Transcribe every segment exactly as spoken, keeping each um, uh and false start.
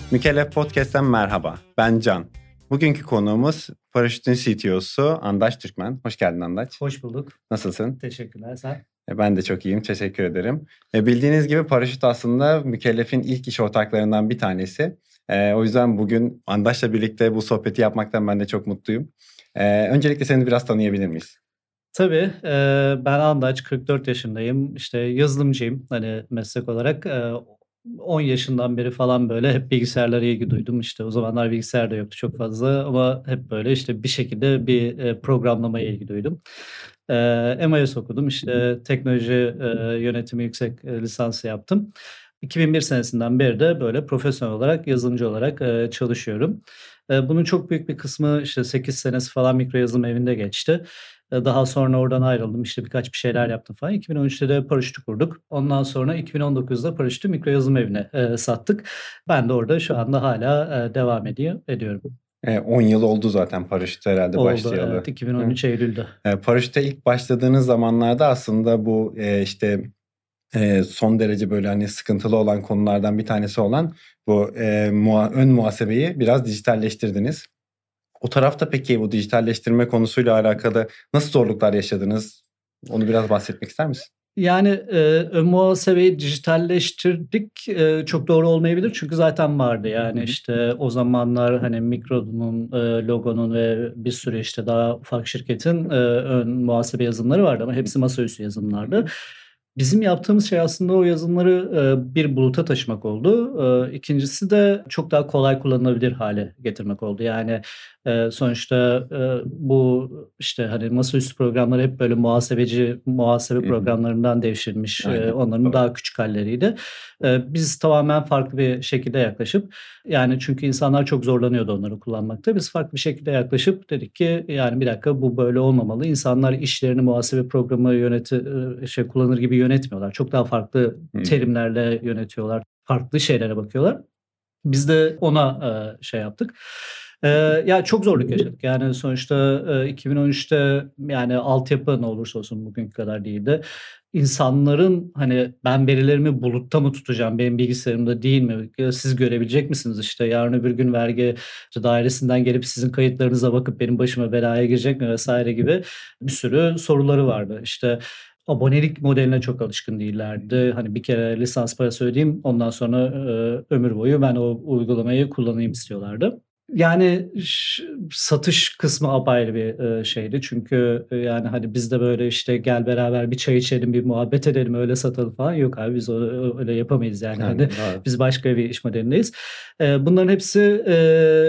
Mükellef Podcast'ten merhaba. Ben Can. Bugünkü konuğumuz Paraşüt'ün C T O'su Andaç Türkmen. Hoş geldin Andaç. Hoş bulduk. Nasılsın? Teşekkürler. Sen? Ben de çok iyiyim. Teşekkür ederim. Bildiğiniz gibi Paraşüt aslında Mükellef'in ilk iş ortaklarından bir tanesi. O yüzden bugün Andaç'la birlikte bu sohbeti yapmaktan ben de çok mutluyum. Öncelikle seni biraz tanıyabilir miyiz? Tabii. Ben Andaç, kırk dört yaşındayım. İşte yazılımcıyım hani meslek olarak. on yaşından beri falan böyle hep bilgisayarlara ilgi duydum. İşte o zamanlar bilgisayar da yoktu çok fazla ama hep böyle işte bir şekilde bir programlamaya ilgi duydum. M I S okudum. İşte teknoloji yönetimi yüksek lisansı yaptım. iki bin bir senesinden beri de böyle profesyonel olarak, yazılımcı olarak çalışıyorum. Bunun çok büyük bir kısmı işte sekiz senesi falan mikro yazılım evinde geçti. Daha sonra oradan ayrıldım. İşte birkaç bir şeyler yaptım falan. iki bin on üçte de Paraşüt'ü kurduk. Ondan sonra iki bin on dokuzda Paraşüt'ü mikro yazılım evine e, sattık. Ben de orada şu anda hala e, devam ediyor, ediyorum. on yıl oldu zaten Paraşüt'e herhalde Oldu, başlayalı. evet, iki bin on üç Eylül'de. Paraşüt'e ilk başladığınız zamanlarda aslında bu e, işte e, son derece böyle hani sıkıntılı olan konulardan bir tanesi olan bu e, muha- ön muhasebeyi biraz dijitalleştirdiniz. O tarafta peki bu dijitalleştirme konusuyla alakalı nasıl zorluklar yaşadınız? Onu biraz bahsetmek ister misin? Yani e, ön muhasebeyi dijitalleştirdik e, çok doğru olmayabilir çünkü zaten vardı. Yani işte o zamanlar hani Mikro'nun, e, Logo'nun ve bir sürü işte daha ufak şirketin e, ön muhasebe yazılımları vardı ama hepsi masaüstü yazılımlardı. Bizim yaptığımız şey aslında o yazılımları e, bir buluta taşımak oldu. E, ikincisi de çok daha kolay kullanılabilir hale getirmek oldu. Yani e, sonuçta e, bu işte hani masaüstü programları hep böyle muhasebeci muhasebe Hı hı. programlarından devşirilmiş. Aynen, E, onların doğru. daha küçük halleriydi. E, biz tamamen farklı bir şekilde yaklaşıp yani çünkü insanlar çok zorlanıyordu onları kullanmakta. Biz farklı bir şekilde yaklaşıp dedik ki yani bir dakika bu böyle olmamalı. İnsanlar işlerini muhasebe programı yöneti e, şey kullanır gibi yönetmiyorlar. Çok daha farklı Hı. terimlerle yönetiyorlar. Farklı şeylere bakıyorlar. Biz de ona e, şey yaptık. E, ya çok zorluk yaşadık. Yani sonuçta e, iki bin on üçte yani altyapı ne olursa olsun bugünkü kadar değildi. İnsanların hani ben verilerimi bulutta mı tutacağım, benim bilgisayarımda değil mi? Ya siz görebilecek misiniz işte yarın öbür gün vergi dairesinden gelip sizin kayıtlarınıza bakıp benim başıma belaya girecek mi vesaire gibi bir sürü soruları vardı. İşte abonelik modeline çok alışkın değillerdi. Hani bir kere lisans parası ödeyeyim ondan sonra e, ömür boyu ben o uygulamayı kullanayım istiyorlardı. Yani ş- satış kısmı apayrı bir e, şeydi. Çünkü e, yani hani biz de böyle işte gel beraber bir çay içelim, bir muhabbet edelim, öyle satalım falan. Yok abi biz o- öyle yapamayız yani. Hani Evet, doğru. biz başka bir iş modelindeyiz. E, bunların hepsi e,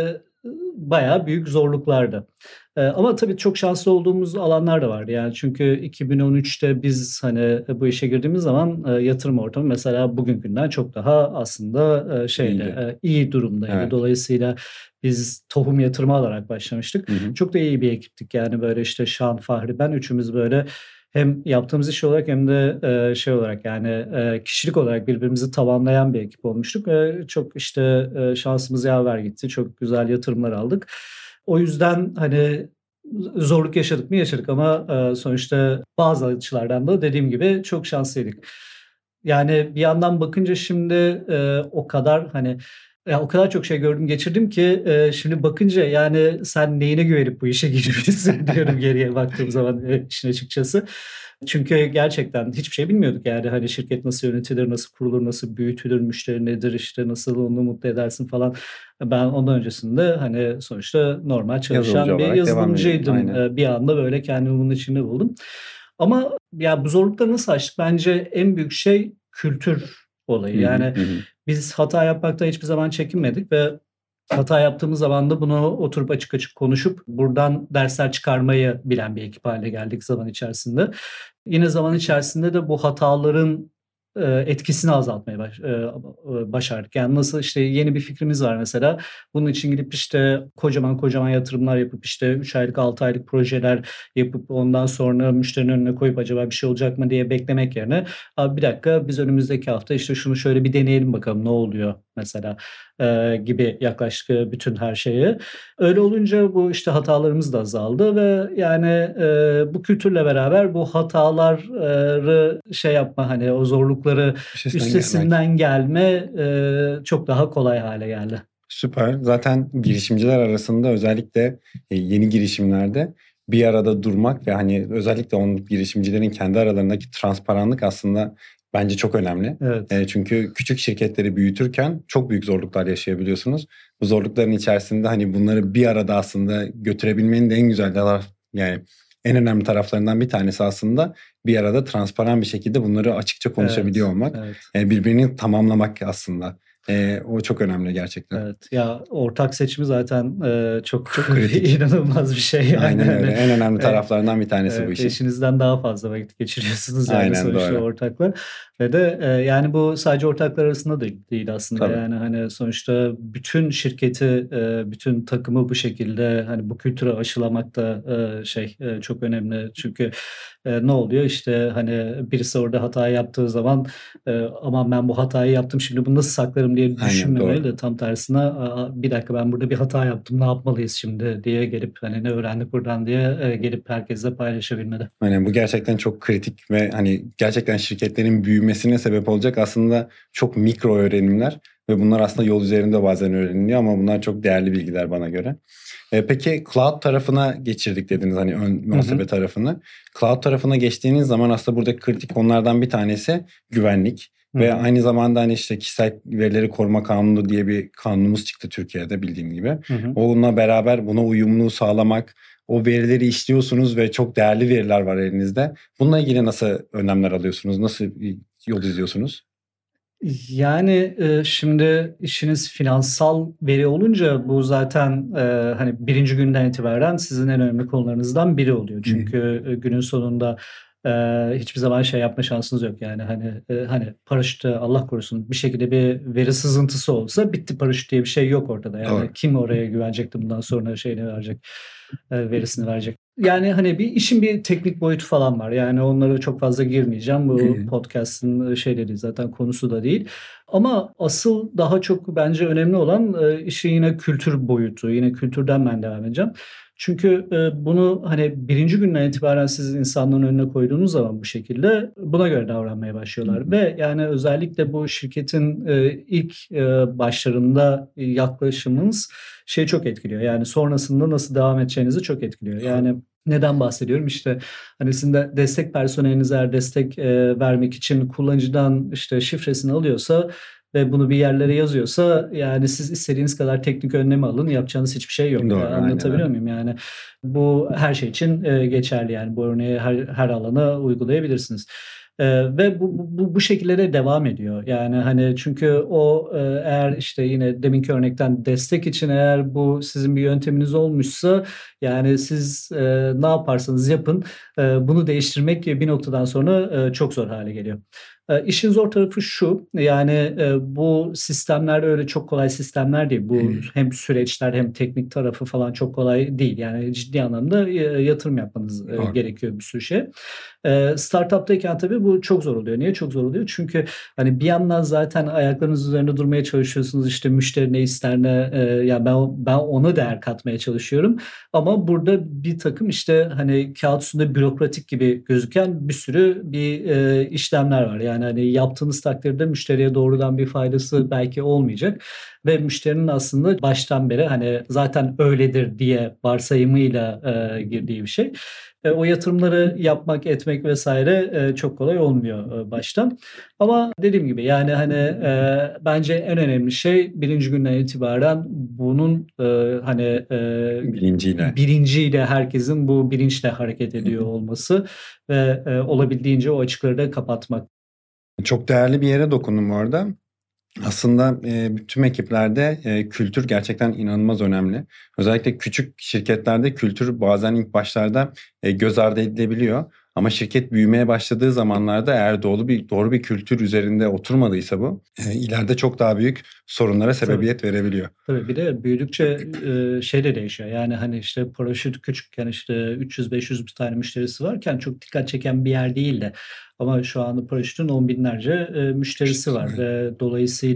bayağı büyük zorluklardı. E, ama tabii çok şanslı olduğumuz alanlar da vardı. Yani çünkü iki bin on üçte biz hani bu işe girdiğimiz zaman e, yatırım ortamı mesela bugünkünden çok daha aslında e, şeydi, İyiydi. e, iyi durumdaydı. Evet. Dolayısıyla biz tohum yatırımı alarak başlamıştık. Hı hı. Çok da iyi bir ekiptik. Yani böyle işte Şan, Fahri, ben üçümüz böyle hem yaptığımız iş olarak hem de e, şey olarak yani e, kişilik olarak birbirimizi tamamlayan bir ekip olmuştuk. E, çok işte e, şansımız yaver gitti. Çok güzel yatırımlar aldık. O yüzden hani zorluk yaşadık mı yaşadık ama e, sonuçta bazı açılardan da dediğim gibi çok şanslıydık. Yani bir yandan bakınca şimdi e, o kadar hani ya o kadar çok şey gördüm geçirdim ki e, şimdi bakınca yani sen neyine güvenip bu işe girmişsin diyorum geriye baktığım zaman e, işin açıkçası. Çünkü gerçekten hiçbir şey bilmiyorduk yani hani şirket nasıl yönetilir, nasıl kurulur, nasıl büyütülür, müşteri nedir, işte nasıl onu mutlu edersin falan. Ben ondan öncesinde hani sonuçta normal Yazılımcı çalışan bir olarak devam ediyordun. yazılımcıydım. Aynen. E, Bir anda böyle kendimi bunun içinde buldum. Ama ya bu zorlukları nasıl aştık? Bence en büyük şey kültür olayı. Hı hı, Yani hı hı. biz hata yapmakta hiçbir zaman çekinmedik ve hata yaptığımız zaman da bunu oturup açık açık konuşup buradan dersler çıkarmayı bilen bir ekip haline geldik zaman içerisinde. Yine zaman içerisinde de bu hataların e, etkisini azaltmaya baş, e, başardık. Yani nasıl işte yeni bir fikrimiz var mesela. Bunun için gidip işte kocaman kocaman yatırımlar yapıp işte üç aylık altı aylık projeler yapıp ondan sonra müşterinin önüne koyup acaba bir şey olacak mı diye beklemek yerine abi bir dakika biz önümüzdeki hafta işte şunu şöyle bir deneyelim bakalım ne oluyor mesela e, gibi yaklaştık bütün her şeye. Öyle olunca bu işte hatalarımız da azaldı ve yani e, bu kültürle beraber bu hataları şey yapma hani o zorlukları zorlukları Üstesinden gelmek. üstesinden gelme, eee, çok daha kolay hâle geldi. Süper. Zaten girişimciler arasında özellikle, eee, yeni girişimlerde bir arada durmak ve, hani, özellikle on girişimcilerin kendi aralarındaki transparanlık aslında bence çok önemli. Evet. Eee, çünkü küçük şirketleri büyütürken çok büyük zorluklar yaşayabiliyorsunuz. Bu zorlukların içerisinde, hani, bunları bir arada aslında götürebilmenin de en güzel taraf yani en önemli taraflarından bir tanesi aslında bir arada transparan bir şekilde bunları açıkça konuşabiliyor Evet, olmak. evet. Eee, birbirini tamamlamak aslında. Eee, o çok önemli gerçekten. Evet. Ya, ortak seçimi zaten, eee, çok Çok kritik. inanılmaz bir şey yani. Aynen öyle. Hani, En önemli eee, taraflarından bir tanesi bu evet, işin. eşinizden daha fazla vakit geçiriyorsunuz yani Aynen, sonuçta doğru. ortakla ve de, eee, yani bu sadece ortaklar arasında da değil aslında. Tabii. Yani, hani, sonuçta bütün şirketi, eee, bütün takımı bu şekilde, hani, bu kültürü aşılamak da, eee, şey, eee, çok önemli. Çünkü, eee, ne oluyor? İşte, hani, birisi orada hata yaptığı zaman, eee, "Aman ben bu hatayı yaptım, şimdi bunu nasıl saklarım?" diye Aynen, düşünmemeli doğru. de tam tersine, "A, a, bir dakika ben burada bir hata yaptım, ne yapmalıyız şimdi?" diye gelip, hani, "Ne öğrendik buradan?" diye, eee, gelip herkesle paylaşabilmeli. Aynen, bu gerçekten çok kritik ve, hani, gerçekten şirketlerin büyümesine sebep olacak aslında çok mikro öğrenimler ve bunlar aslında yol üzerinde bazen öğreniliyor ama bunlar çok değerli bilgiler bana göre. Eee, peki cloud tarafına geçirdik dediniz, hani, ön Hı hı. muhasebe tarafını. Cloud tarafına geçtiğiniz zaman aslında buradaki kritik konulardan bir tanesi güvenlik Hı ve hı. aynı zamanda, hani, işte, kişisel verileri koruma kanunu diye bir kanunumuz çıktı Türkiye'de bildiğin gibi. Hı hı. Onunla beraber buna uyumluluğu sağlamak, o verileri işliyorsunuz ve çok değerli veriler var elinizde. Bununla ilgili nasıl önlemler alıyorsunuz? Nasıl bir yol izliyorsunuz? Yani, eee, şimdi işiniz finansal veri olunca bu zaten, eee, hani, birinci günden itibaren sizin en önemli konularınızdan biri oluyor. Hı hı. Çünkü, eee, günün sonunda, eee, hiçbir zaman şey yapma şansınız yok. Yani, hani, eee, hani, paraşütte Allah korusun bir şekilde bir veri sızıntısı olsa bitti, paraşüt diye bir şey yok ortada. Doğru. Yani kim oraya güvenecek de bundan sonra şeyini verecek, eee, verisini verecek. Yani, hani, bir işin bir teknik boyutu falan var. Yani onlara çok fazla girmeyeceğim. Hı Bu hı. podcast'ın, ııı, şey de değil zaten konusu da değil. Ama asıl daha çok bence önemli olan, eee, işin yine kültür boyutu. Yine kültürden ben devam edeceğim. Çünkü, eee, bunu, hani, birinci günden itibaren siz insanların önüne koyduğunuz zaman bu şekilde buna göre davranmaya Hı başlıyorlar hı. ve yani özellikle bu şirketin, eee, ilk, eee, başlarında yaklaşımınız şeyi çok etkiliyor. Yani sonrasında nasıl devam edeceğinizi çok etkiliyor. Doğru. Yani neden bahsediyorum? İşte, hani, sizin de destek personeliniz eğer destek, eee, vermek için kullanıcıdan, işte, şifresini alıyorsa ve bunu bir yerlere yazıyorsa, yani, siz istediğiniz kadar teknik önlemi alın, yapacağınız hiçbir şey yok. Eee, Doğru, aynen anlatabiliyor öyle. muyum? Yani, bu her şey için, eee, geçerli, yani. Bu örneği her her alana uygulayabilirsiniz. Eee, ve bu bu bu bu şekilde de devam ediyor. Yani, hani, çünkü o, eee, eğer, işte, yine deminki örnekten destek için eğer bu sizin bir yönteminiz olmuşsa, yani, siz, eee, ne yaparsanız yapın, eee, bunu değiştirmek bir noktadan sonra, eee, çok zor hâle geliyor. Eee, işin zor tarafı şu, yani, eee, bu sistemler öyle çok kolay sistemler değil. Hı Bu hı. hem süreçler hem teknik tarafı falan çok kolay değil. Yani, ciddi anlamda, eee, yatırım yapmanız, eee, Doğru. gerekiyor bir sürü şeye. Eee, startup'tayken tabii bu çok zor oluyor. Niye çok zor oluyor? Çünkü, hani, bir yandan zaten ayaklarınız üzerinde durmaya çalışıyorsunuz. İşte, müşteri ne ister, ne, eee, ya, ben o ben ona değer katmaya çalışıyorum ama burada birtakım, işte, hani, kâğıt üstünde bürokratik gibi gözüken bir sürü bir, eee, işlemler var. Yani, hani, yaptığınız takdirde müşteriye doğrudan bir faydası belki olmayacak ve müşterinin aslında baştan beri, hani, zaten öyledir diye varsayımıyla, eee, girdiği bir şey. Eee, o yatırımları yapmak, etmek vesaire eee, çok kolay olmuyor, eee, baştan. Ama dediğim gibi, yani, hani, eee, bence en önemli şey birinci günden itibaren bunun, eee, hani, eee, Bilinciyle. bilinciyle herkesin bu bilinçle hareket Hı ediyor hı. olması ve, eee, olabildiğince o açıkları da kapatmak. Çok değerli bir yere dokundun bu arada. Aslında, eee, tüm ekiplerde, eee, kültür gerçekten inanılmaz önemli. Özellikle küçük şirketlerde kültür bazen ilk başlarda, eee, göz ardı edilebiliyor ama şirket büyümeye başladığı zamanlarda eğer doğru bir doğru bir kültür üzerinde oturmadıysa bu, eee, ileride çok daha büyük sorunlara Tabii. sebebiyet verebiliyor. Tabii, bir de büyüdükçe, eee, şey de değişiyor. Yani, hani, işte, paraşüt küçükken, işte, üç yüz beş yüz tane müşterisi varken çok dikkat çeken bir yer değildi. Ama şu anda paraşütün on binlerce eee, müşterisi var ve dolayısıyla,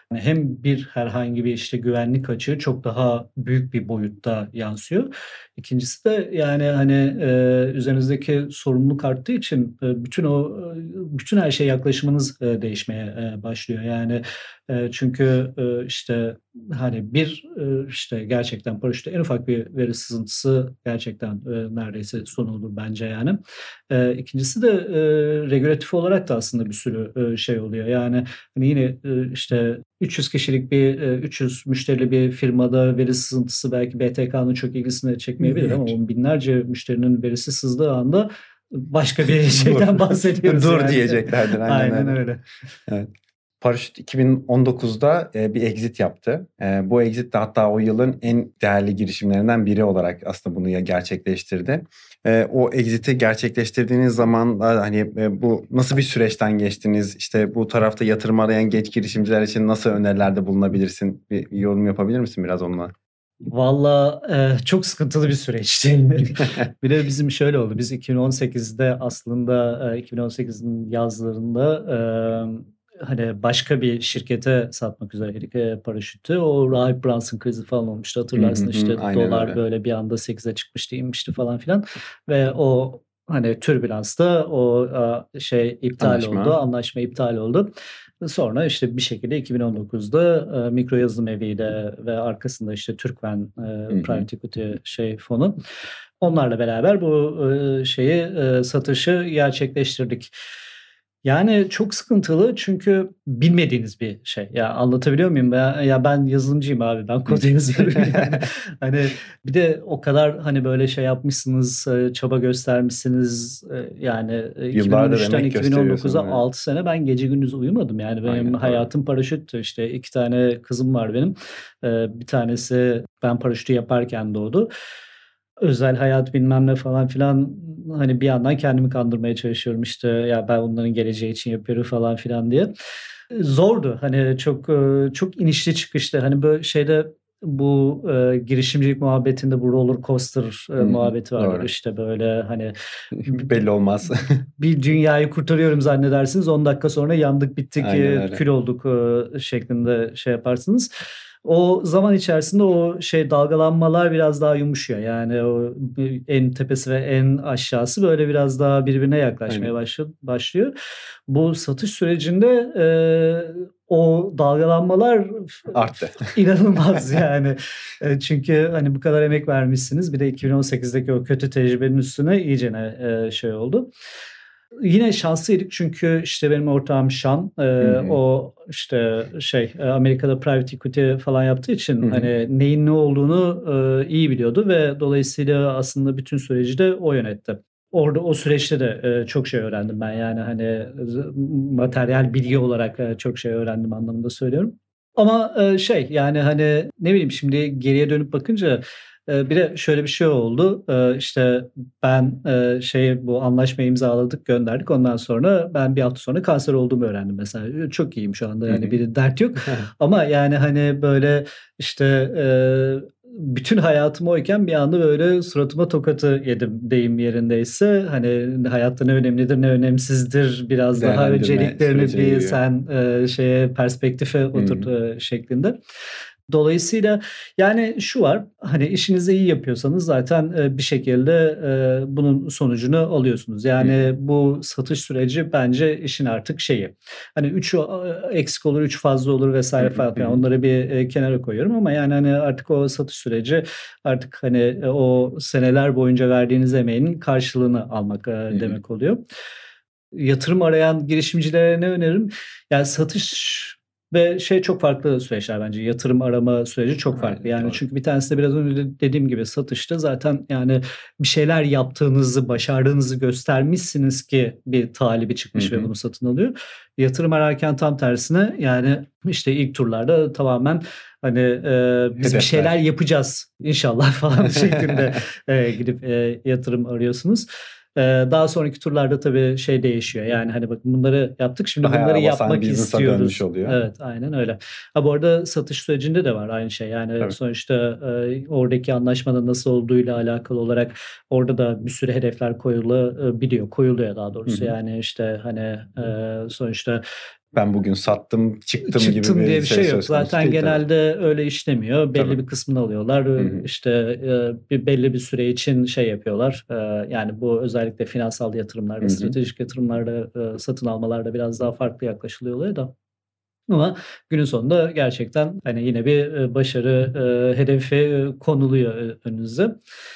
Hani hem bir herhangi bir, işte, güvenlik açığı çok daha büyük bir boyutta yansıyor. ikincisi de, yani, hani, eee, üzerinizdeki sorumluluk arttığı için, eee, bütün o, eee, bütün her şeye yaklaşımınız, eee, değişmeye, eee, başlıyor. Yani, eee, çünkü, eee, işte, hani, bir, eee, işte, gerçekten paraşütte en ufak bir veri sızıntısı gerçekten, eee, neredeyse son olur bence yani. Eee, ikincisi de, eee, regülatif olarak da aslında bir sürü, eee, şey oluyor. Yani, hani, yine, eee, işte, üç yüz kişilik bir, eee, üç yüz müşterili bir firmada veri sızıntısı belki B T K'nın çok ilgisini çekmeyebilir ama on binlerce müşterinin verisi sızdığı anda başka bir Dur. şeyden bahsediyoruz Dur yani. diyeceklerdir. Aynen Aynen öyle. öyle. Evet. Paraşüt iki bin on dokuzda, eee, bir exit yaptı. Eee, bu exit de hatta o yılın en değerli girişimlerinden biri olarak aslında bunu ya gerçekleştirdi. Eee, o exit'i gerçekleştirdiğiniz zamanlar, hani, eee, bu nasıl bir süreçten geçtiniz? İşte, bu tarafta yatırım arayan genç girişimciler için nasıl önerilerde bulunabilirsin? Bir yorum yapabilir misin biraz onunla? Valla, eee, çok sıkıntılı bir süreçti. Bir de bizim şöyle oldu, biz iki bin on sekizde aslında, eee, iki bin on sekizin yazlarında, emm, hani, başka bir şirkete satmak üzereydik, eee, paraşütü. O Rahip Brunson krizi falan olmuştu Hı hı, hatırlarsın. hı. İşte, Aynen dolar öyle. böyle bir anda sekize çıkmıştı, inmişti falan filan ve o, hani, türbülansta o, aaa, şey iptal oldu, Anlaşma. anlaşma iptal oldu. Sonra, işte, bir şekilde iki bin on dokuzda, eee, Mikro Yazılım Evi'yle ve arkasında, işte, Türkven, eee, Hı hı. Private Equity şey fonu. Onlarla beraber bu, eee, şeyi, eee, satışı gerçekleştirdik. Yani çok sıkıntılı çünkü bilmediğiniz bir şey. Ya, anlatabiliyor muyum? Ya ya, ben yazılımcıyım abi, ben Hı. kod yazıyorum yani. Hani, bir de o kadar, hani, böyle şey yapmışsınız, eee, çaba göstermişsiniz. Eee, yani, eee, Yıllardır iki bin on üçten emek gösteriyorsun iki bin on dokuza ve altı sene ben gece gündüz uyumadım. Yani benim Aynen, doğru. hayatım paraşüttü. İşte iki tane kızım var benim. Eee, bir tanesi ben paraşütü yaparken doğdu. Özel hayat bilmem ne falan filan, hani, bir yandan kendimi kandırmaya çalışıyorum, işte, ya ben onların geleceği için yapıyorum falan filan diye. Eee, zordu. Hani, çok, eee, çok inişli çıkışlı. Hani, böyle şeyde bu, eee, girişimcilik muhabbetinde bu roller coaster, eee, Hı hı. muhabbeti vardır. Doğru. İşte, böyle, hani, b b Belli olmaz. bir dünyayı kurtarıyorum zannedersiniz, on dakika sonra yandık, bittik, Aynen eee, öyle. kül olduk, eee, şeklinde şey yaparsınız. O zaman içerisinde o şey dalgalanmalar biraz daha yumuşuyor. Yani o bir en tepesi ve en aşağısı böyle biraz daha birbirine yaklaşmaya Aynen. başla başlıyor. Bu satış sürecinde, eee, o dalgalanmalar f Arttı. inanılmaz yani. Eee, çünkü, hani, bu kadar emek vermişsiniz. Bir de iki bin on sekizdeki o kötü tecrübenin üstüne iyicene, eee, şey oldu. Yine şanslıydık çünkü, işte, benim ortağım Sean, Hı eee, hı. o, işte, şey, eee, Amerika'da private equity falan yaptığı için, Hı hı. hani, neyin ne olduğunu, eee, iyi biliyordu ve dolayısıyla aslında bütün süreci de o yönetti. Orada o süreçte de, eee, çok şey öğrendim ben. Yani, hani, zı materyal bilgi olarak, eee, çok şey öğrendim anlamında söylüyorum. Ama, eee, şey, yani, hani, ne bileyim, şimdi geriye dönüp bakınca, eee, bir de şöyle bir şey oldu. Eee, işte, ben, eee, şeye bu anlaşmayı imzaladık, gönderdik. Ondan sonra ben bir hafta sonra kanser olduğumu öğrendim mesela. Eee, çok iyiyim şu anda, Hı yani, hı. bir dert yok ama, yani, hani, böyle, işte, eee, bütün hayatım oyken bir anda böyle suratıma tokatı yedim deyim yerindeyse. Hani, hayatta ne önemlidir, ne önemsizdir, biraz daha Değerlendirme önceliklerini sürecine bir giriyor. sen, eee, şeye, perspektife Hı oturt, hı. eee, şeklinde. Dolayısıyla, yani, şu var, hani, işinizi iyi yapıyorsanız zaten, eee, bir şekilde, eee, bunun sonucunu alıyorsunuz. Hı hı. Yani, bu satış süreci bence işin artık şeyi. Hani, üç o eksik olur, üç fazla olur Hı vesaire hı. falan Hı filan hı. onları bir, eee, kenara koyuyorum ama, yani, hani, artık o satış süreci artık, hani, eee, o seneler boyunca verdiğiniz emeğin karşılığını almak, eee, Hı hı. demek oluyor. Yatırım arayan girişimcilere ne öneririm? Yani, satış ve şey çok farklı süreçler bence. Yatırım arama süreci çok farklı. Aynen, Yani, doğru. çünkü bir tanesi de biraz önce de dediğim gibi satışta zaten, yani, bir şeyler yaptığınızı, başardığınızı göstermişsiniz ki bir talibi Hı çıkmış ve hı. bunu satın alıyor. Yatırım ararken tam tersine, yani, işte, ilk turlarda tamamen, hani, eee, biz bir şeyler Hedefler. yapacağız inşallah falan şeklinde, eee, gidip, eee, yatırım arıyorsunuz. Eee, daha sonraki turlarda tabii şey değişiyor. Yani, hani, bakın bunları yaptık, şimdi Daha bunları basan yapmak business'a dönmüş istiyoruz. oluyor. Evet, aynen öyle. Ha, bu arada satış sürecinde de var aynı şey. Yani, Tabii. sonuçta, eee, oradaki anlaşmanın nasıl olduğuyla alakalı olarak orada da bir sürü hedefler koyula eee, biliyor koyuluyor daha Hı doğrusu. hı. Yani, işte, hani, eee, sonuçta ben bugün sattım, çıktım gibi Çıktım bir diye bir şey şey yok. söz konusu Zaten değil tabii. genelde öyle işlemiyor. Belli Tabii. bir kısmını alıyorlar. Hı hı. İşte, eee, bir belli bir süre için şey yapıyorlar. Eee, yani bu özellikle finansal yatırımlar Hı ve hı. stratejik yatırımlarda, eee, satın almalarda biraz daha farklı yaklaşılıyor olaya da. Ama günün sonunda gerçekten, hani, yine bir, eee, başarı, eee, hedefi, eee, konuluyor, eee, önünüze.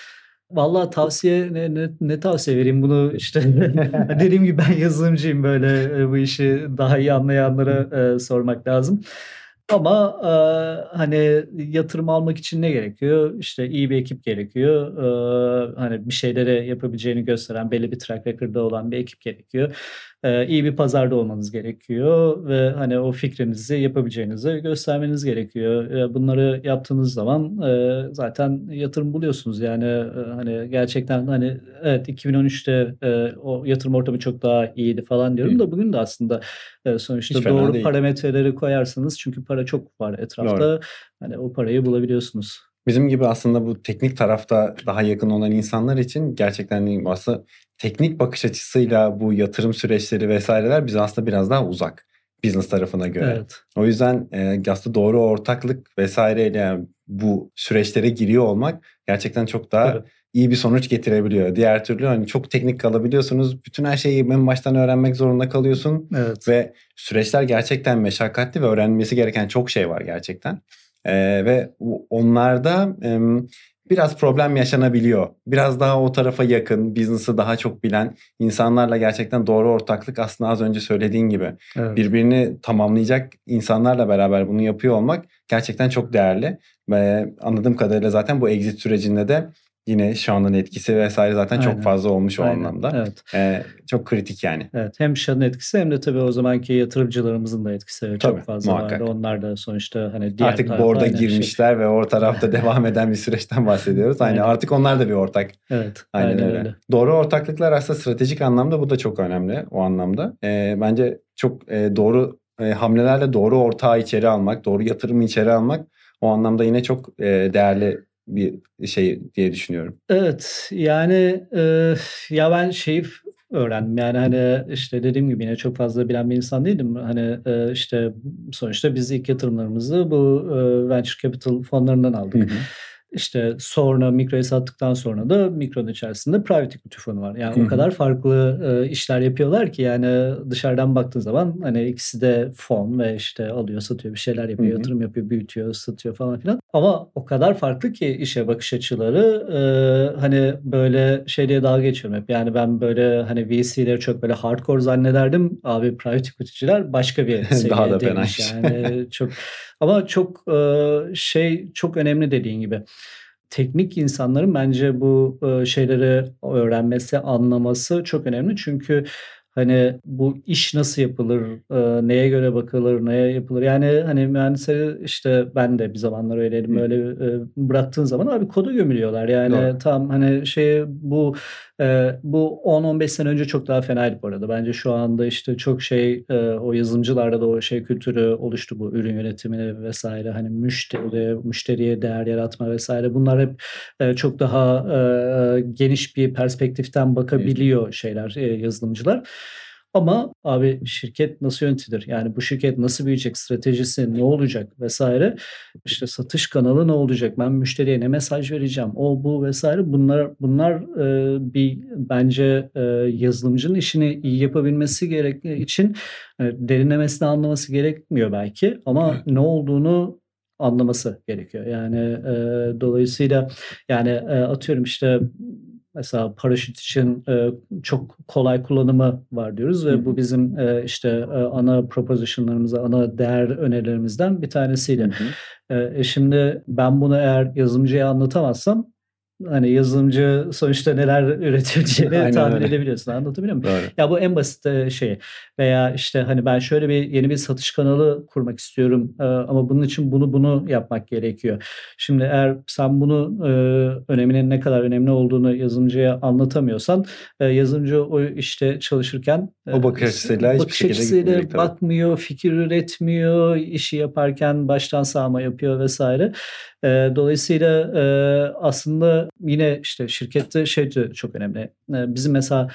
Vallahi tavsiye ne ne ne tavsiye vereyim? Bunu, işte, dediğim gibi ben yazılımcıyım. Böyle, eee, bu işi daha iyi anlayanlara, eee, sormak lazım. Ama, eee, hani, yatırım almak için ne gerekiyor? İşte, iyi bir ekip gerekiyor. Eee, hani, bir şeyleri yapabileceğini gösteren, belli bir track record'ı olan bir ekip gerekiyor. Eee, iyi bir pazarda olmanız gerekiyor ve, hani, o fikrinizi yapabileceğinizi göstermeniz gerekiyor. Eee, bunları yaptığınız zaman, eee, zaten yatırım buluyorsunuz. Yani, eee, hani, gerçekten, hani, evet iki bin on üçte, eee, o yatırım ortamı çok daha iyiydi falan Hı. diyorum da bugün de aslında, eee, Hiç sonuçta fena doğru değil. parametreleri koyarsanız çünkü para çok var Doğru. etrafta. Hani, o parayı bulabiliyorsunuz. Bizim gibi aslında bu teknik tarafta daha yakın olan insanlar için gerçekten, hani, aslında teknik bakış açısıyla bu yatırım süreçleri vesaireler bize aslında biraz daha uzak business tarafına göre. Evet. O yüzden, eee, aslında doğru ortaklık vesaireyle yani bu süreçlere giriyor olmak gerçekten çok daha Tabii. iyi bir sonuç getirebiliyor. Diğer türlü, hani, çok teknik kalabiliyorsunuz. Bütün her şeyi en baştan öğrenmek zorunda kalıyorsun Evet. ve süreçler gerçekten meşakkatli ve öğrenilmesi gereken çok şey var gerçekten. Eee, ve o onlarda, emm, biraz problem yaşanabiliyor. Biraz daha o tarafa yakın, business'ı daha çok bilen insanlarla gerçekten doğru ortaklık aslında az önce söylediğin gibi Evet. birbirini tamamlayacak insanlarla beraber bunu yapıyor olmak gerçekten çok değerli ve anladığım kadarıyla zaten bu exit sürecinde de yine Sean'ın etkisi vesaire zaten çok Aynen. fazla olmuş o Aynen. anlamda. Evet. Eee, çok kritik yani. Evet. Hem Sean'ın etkisi hem de tabii o zamanki yatırımcılarımızın da etkisi Tabii, çok fazla vardı. muhakkak. Onlar da sonuçta, hani, diğer Artık tarafa board'a aynı şey. girmişler ve o tarafta devam eden bir süreçten bahsediyoruz. Aynen, Aynen. artık onlar da bir ortak. Evet. Aynen Aynen öyle. öyle. Doğru ortaklıklar aslında stratejik anlamda bu da çok önemli o anlamda. Eee, bence çok, eee, doğru, eee, hamlelerle doğru ortağı içeri almak, doğru yatırımı içeri almak o anlamda yine çok, eee, değerli bir şey diye düşünüyorum. Evet, yani, eee, ya, ben şeyi f öğrendim, yani, hani, işte, dediğim gibi yine çok fazla bilen bir insan değildim. Hani, eee, işte, sonuçta biz ilk yatırımlarımızı bu, eee, venture capital fonlarından Hı aldık. hı. İşte, sonra Mikro'ya sattıktan sonra da Mikro'nun içerisinde private equity fonu var. Yani, Hı o hı. kadar farklı, eee, işler yapıyorlar ki, yani, dışarıdan baktığın zaman, hani, ikisi de fon ve, işte, alıyor, satıyor, bir şeyler Hı yapıyor, hı. yatırım yapıyor, büyütüyor, satıyor falan filan. Ama o kadar farklı ki işe bakış açıları, eee, hani, böyle şey diye dalga geçiyorum hep. Yani, ben böyle, hani, V C'leri çok böyle hardcore zannederdim. Abi private equity'ciler başka bir Daha da seviyedeymiş. fenaymış. Yani, çok ama çok, eee, şey çok önemli dediğin gibi. Teknik insanların bence bu, eee, şeyleri öğrenmesi, anlaması çok önemli. Çünkü, hani, bu iş nasıl yapılır, eee, neye göre bakılır, neye yapılır? Yani, hani, mühendisleri, işte, ben de bir zamanlar Hı öyleydim. Böyle, hı. eee, bıraktığın zaman abi koda gömülüyorlar. Doğru. Yani, tamam, hani, şey bu, eee, bu on on beş sene önce çok daha fenaydı bu arada. Bence şu anda, işte, çok şey, eee, o yazılımcılarda da o şey kültürü oluştu. Bu ürün yönetimini vesaire hani, müşteri, müşteriye değer yaratma vesaire bunlar hep, eee, çok daha, eee, geniş bir perspektiften Hı hı. bakabiliyor şeyler, eee, yazılımcılar. Ama abi şirket nasıl yönetilir? Yani, bu şirket nasıl büyüyecek? Stratejisi ne olacak vesaire? İşte, satış kanalı ne olacak? Ben müşteriye ne mesaj vereceğim? O, bu vesaire bunlar bunlar, eee, bir bence, eee, yazılımcının işini iyi yapabilmesi gerektiği için, eee, derinlemesine anlaması gerekmiyor belki ama Evet. ne olduğunu anlaması gerekiyor. Yani, eee, dolayısıyla, yani, eee, atıyorum, işte, mesela paraşüt için, eee, çok kolay kullanımı var diyoruz Hı ve bu hı. bizim, eee, işte, eee, ana proposition'larımızda, ana değer önerilerimizden bir Hı tanesiydi. hı. Eee, e, şimdi ben bunu eğer yazılımcıya anlatamazsam, hani, yazılımcı sonuçta neler üretileceğini Aynen tahmin öyle. edebiliyorsun. Anlatabiliyor muyum? Doğru. Ya, bu en basit, eee, şeyi veya, işte, hani, ben şöyle bir yeni bir satış kanalı kurmak istiyorum, eee, ama bunun için bunu, bunu yapmak gerekiyor. Şimdi eğer sen bunu, eee, öneminin ne kadar önemli olduğunu yazılımcıya anlatamıyorsan, eee, yazılımcı o işte çalışırken, O eee, bakış s açısıyla hiçbir bakış şekilde gitmeyecek açısıyla tabii. bakmıyor, fikir üretmiyor, işi yaparken baştan sağma yapıyor vesaire. Eee, dolayısıyla, eee, aslında yine, işte, şirkette şey de çok önemli. Eee, bizim mesela,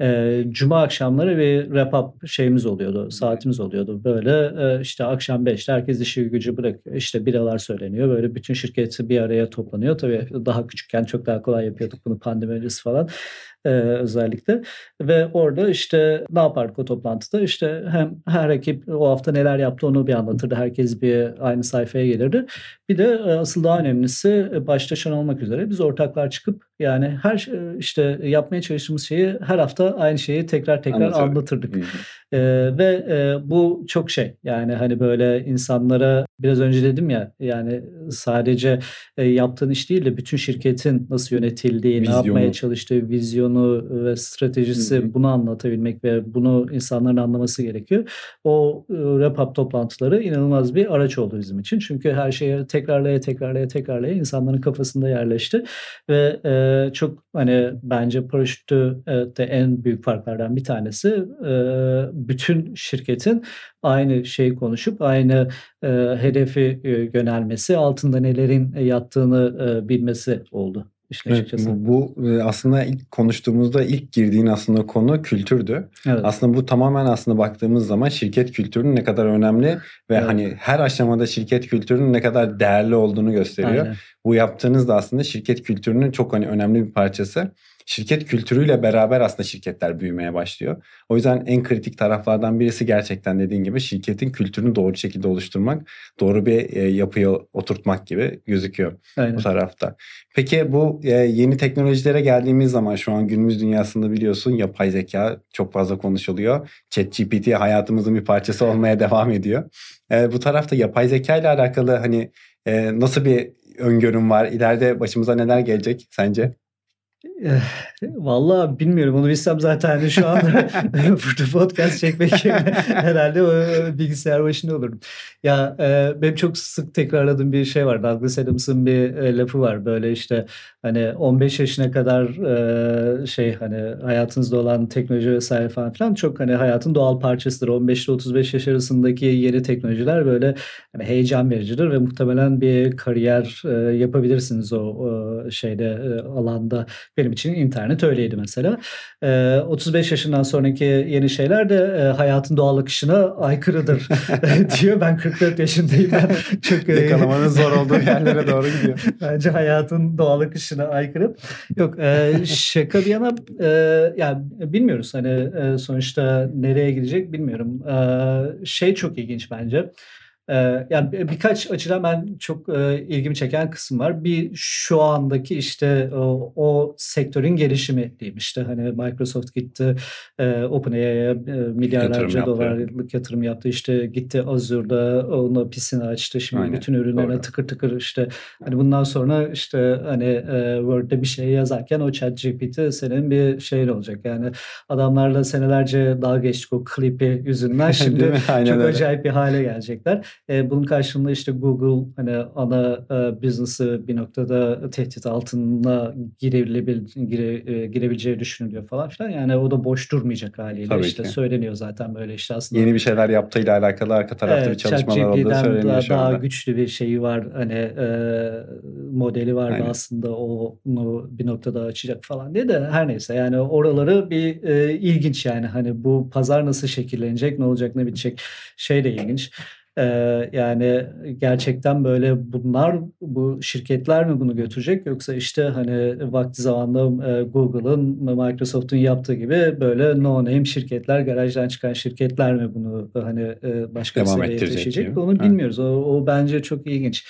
Eee, cuma akşamları bir wrap up şeyimiz oluyordu, saatimiz oluyordu. Böyle, eee, işte akşam beşte herkes işi gücü bırakıyor. İşte biralar söyleniyor. Böyle bütün şirket bir araya toplanıyor. Tabii daha küçükken çok daha kolay yapıyorduk bunu pandemi öncesi falan, eee, özellikle ve orada işte ne yapardık o toplantıda? İşte hem her ekip o hafta neler yaptı onu bir anlatırdı. Herkes bir aynı sayfaya gelirdi. Bir de, eee, asıl daha önemlisi, eee, başta Şen olmak üzere biz ortaklar çıkıp yani her ş eee, işte yapmaya çalıştığımız şeyi her hafta aynı şeyi tekrar tekrar Anlatarak. Hı anlatırdık. hı. Eee, ve, eee, bu çok şey, yani, hani, böyle insanlara biraz önce dedim ya, yani, sadece, eee, yaptığın iş değil de bütün şirketin nasıl yönetildiği, ne yapmaya Vizyonu. çalıştığı, vizyonu ve Hı hı. stratejisi bunu anlatabilmek ve bunu insanların anlaması gerekiyor. O, ııı, wrap up toplantıları inanılmaz bir araç oldu bizim için. Çünkü her şeyi tekrarlaya, tekrarlaya, tekrarlaya insanların kafasında yerleşti ve, eee, çok, hani, bence paraşütü evet de en büyük farklardan bir tanesi, eee, bütün şirketin aynı şeyi konuşup aynı, eee, hedefe, eee, yönelmesi, altında nelerin, eee, yattığını, eee, bilmesi oldu işin Evet, açıkçası. bu bu, eee, aslında ilk konuştuğumuzda ilk girdiğin aslında konu kültürdü. Evet. Aslında bu tamamen aslında baktığımız zaman şirket kültürünün ne kadar önemli ve, Evet. hani, her aşamada şirket kültürünün ne kadar değerli olduğunu gösteriyor. Aynen. Bu yaptığınız da aslında şirket kültürünün çok, hani, önemli bir parçası. Şirket kültürüyle beraber aslında şirketler büyümeye başlıyor. O yüzden en kritik taraflardan birisi gerçekten dediğin gibi şirketin kültürünü doğru şekilde oluşturmak, doğru bir, eee, yapıya oturtmak gibi gözüküyor bu Aynen. tarafta. Peki bu, eee, yeni teknolojilere geldiğimiz zaman şu an günümüz dünyasında biliyorsun yapay zekâ çok fazla konuşuluyor. ChatGPT hayatımızın bir parçası olmaya devam ediyor. Eee, bu tarafta yapay zekâyla alakalı, hani, eee, nasıl bir öngörün var? İleride başımıza neler gelecek sence? Eh, Valla bilmiyorum. Onu bilsem zaten, hani, şu anda burada podcast çekmek yerine herhâlde, eee, bilgisayar başında olurdum. Ya, eee, benim çok sık tekrarladığım bir şey var. Douglas Adams'ın bir, eee, lafı var. Böyle, işte, hani, on beş yaşına kadar, eee, şey, hani, hayatınızda olan teknoloji vesaire falan filan çok, hani, hayatın doğal parçasıdır. on beş ile otuz beş yaş arasındaki yeni teknolojiler, böyle, hani, heyecan vericidir ve muhtemelen bir kariyer, eee, yapabilirsiniz o, ooo, şeyde, eee, alanda. Benim için internet öyleydi mesela. Eee, otuz beş yaşından sonraki yeni şeyler de, eee, hayatın doğal akışına aykırıdır diyor. Ben kırk dört yaşındayım. Ben çok, eee, Yakalamanın zor olduğu yerlere doğru gidiyor. bence hayatın doğal akışına aykırı. Yok, eee, şaka bir yana, eee, ya bilmiyoruz, hani, eee, sonuçta nereye gidecek bilmiyorum. Eee, şey çok ilginç bence. Eee, ya bi birkaç açıdan ben çok, eee, ilgimi çeken kısım var. Bir şu andaki, işte, o o sektörün gelişimi diyeyim. İşte, hani, Microsoft gitti, eee, OpenAI'ya, eee, Yatırım milyarlarca yaptı. dolarlık yatırım yaptı. İşte, gitti Azure'da onun ofisini açtı. Şimdi Aynen, bütün ürünlerine doğru. tıkır tıkır, işte, hani, bundan sonra, işte, hani, eee, Word'de bir şey yazarken o ChatGPT senin bir şeyin olacak. Yani adamlarla senelerce dalga geçtik o Clippy yüzünden. Değil Şimdi mi? Aynen çok öyle. acayip bir hâle gelecekler. Eee, bunun karşılığında, işte, Google, hani, ana, eee, business'ı bir noktada tehdit altına girebilebil gire eee, girebileceği düşünülüyor falan filan. Yani o da boş durmayacak hâliyle. Tabii İşte, ki. söyleniyor zaten böyle, işte, aslında Yeni bir şeyler yaptığıyla alakalı arka tarafta bir evet, çalışmalar olduğu ChatGPT'den söyleniyor da şu daha anda. güçlü bir şeyi var, hani, eee, modeli var ve Aynen. aslında o onu bir noktada açacak falan diye de her neyse, yani oraları bir, eee, ilginç yani. Hani, bu pazar nasıl şekillenecek, ne olacak, ne bitecek şey de ilginç. Eee, yani gerçekten böyle bunlar, bu şirketler mi bunu götürecek yoksa, işte, hani, vakti zamanında, eee, Google'ın, Microsoft'un yaptığı gibi böyle no name şirketler, garajdan çıkan şirketler mi bunu, hani, eee, başka bir Devam seviyeye ettirecek taşıyacak? gibi. Onu Evet. bilmiyoruz. O o bence çok ilginç.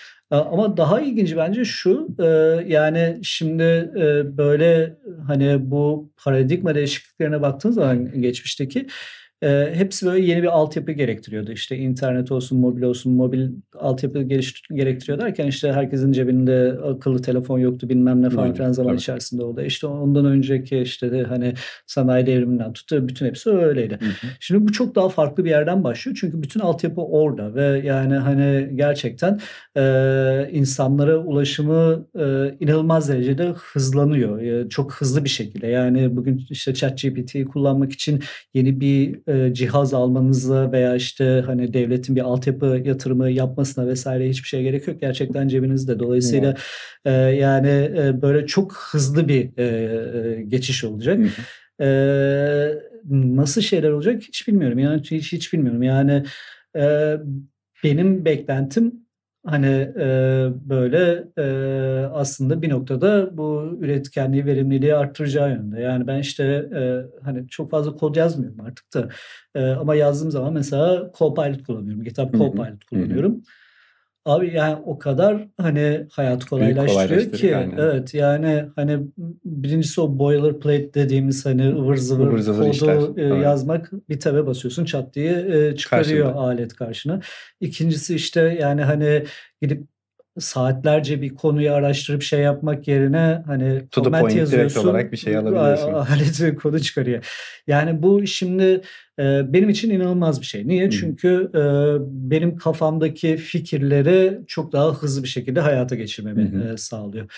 A ama daha ilginci bence şu, eee, yani şimdi, eee, böyle, hani, bu paradigma değişikliklerine baktığın zaman geçmişteki, eee, hepsi böyle yeni bir altyapı gerektiriyordu. İşte, internet olsun, mobil olsun, mobil altyapı geliş gerektiriyor derken, işte, herkesin cebinde akıllı telefon yoktu, bilmem ne falan Aynen, filan zaman tabii. içerisinde oldu. İşte, ondan önceki, işte, de, hani, sanayi devriminden tut, bütün hepsi öyleydi. Hı hı. Şimdi bu çok daha farklı bir yerden başlıyor çünkü bütün altyapı orada ve yani, hani, gerçekten, eee, insanlara ulaşımı, eee, inanılmaz derecede hızlanıyor. Eee, çok hızlı bir şekilde. Yani bugün, işte, ChatGPT'yi kullanmak için yeni bir, eee, cihaz almanıza veya, işte, hani, devletin bir altyapı yatırımı yapmasına vesaire hiçbir şeye gerek yok. Gerçekten cebinizde. Dolayısıyla, Doğru. eee, yani, eee, böyle çok hızlı bir, eee, geçiş olacak. Hı hı. Eee, nasıl şeyler olacak hiç bilmiyorum. Yani hiç hiç bilmiyorum. Yani, eee, benim beklentim, hani, eee, böyle, eee, aslında bir noktada bu üretkenliği, verimliliği arttıracağı yönde. Yani ben, işte, eee, hani, çok fazla kod yazmıyorum artık da, eee, ama yazdığım zaman mesela Copilot kullanıyorum. GitHub Hı hı. Copilot Hı hı. kullanıyorum. Abi, yani, o kadar, hani, hayatı Büyük kolaylaştırıyor kolaylaştırıyor ki. aynen. Evet, yani, hani, birincisi o boilerplate dediğimiz, hani, ıvır Ivır zıvır zıvır işler. kodu, eee, Doğru. yazmak, bir tabe basıyorsun, çat diye, eee, çıkarıyor Karşında. alet karşına. İkincisi, işte, yani, hani, gidip saatlerce bir konuyu araştırıp şey yapmak yerine, hani, To the comment point direkt olarak yazıyorsun, bir şey a alabiliyorsun. alet kodu çıkarıyor. Yani, bu şimdi, eee, benim için inanılmaz bir şey. Niye? Hı hı. Çünkü, eee, benim kafamdaki fikirleri çok daha hızlı bir şekilde hayata Hı geçirmemi, hı. eee, sağlıyor.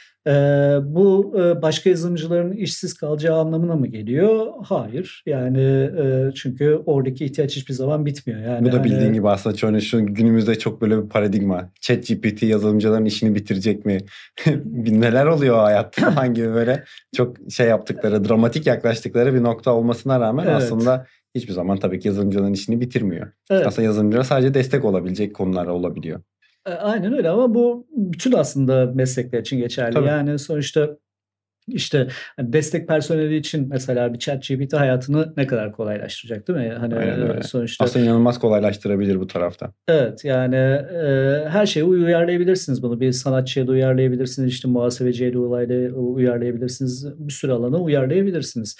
Eee, bu, eee, başka yazılımcıların işsiz kalacağı anlamına mı geliyor? Hayır. Yani, eee, çünkü oradaki ihtiyaç hiçbir zaman bitmiyor. Yani, Bu da bildiğin hani gibi aslında şöyle şu günümüzde çok böyle bir paradigma. ChatGPT yazılımcıların işini bitirecek mi? Bir neler oluyor hayatta falan gibi böyle çok şey yaptıkları, dramatik yaklaştıkları bir nokta olmasına rağmen Evet. aslında hiçbir zaman tabii ki yazılımcıların işini bitirmiyor. Evet. Aslında yazılımcılara sadece destek olabilecek konular olabiliyor. Eee, aynen öyle ama bu bütün aslında meslekler için geçerli. Tabii. Yani, sonuçta, işte, hani, destek personeli için mesela bir ChatGPT hayatını ne kadar kolaylaştıracak, değil mi? Hani, Aynen eee, öyle. sonuçta Aslında inanılmaz kolaylaştırabilir bu tarafta. Evet, yani, eee, her şeye uy uyarlayabilirsiniz bunu. Bir sanatçıya da uyarlayabilirsiniz, işte, muhasebeciye de ulaylı uyarlayabilirsiniz. Bir sürü alana uyarlayabilirsiniz.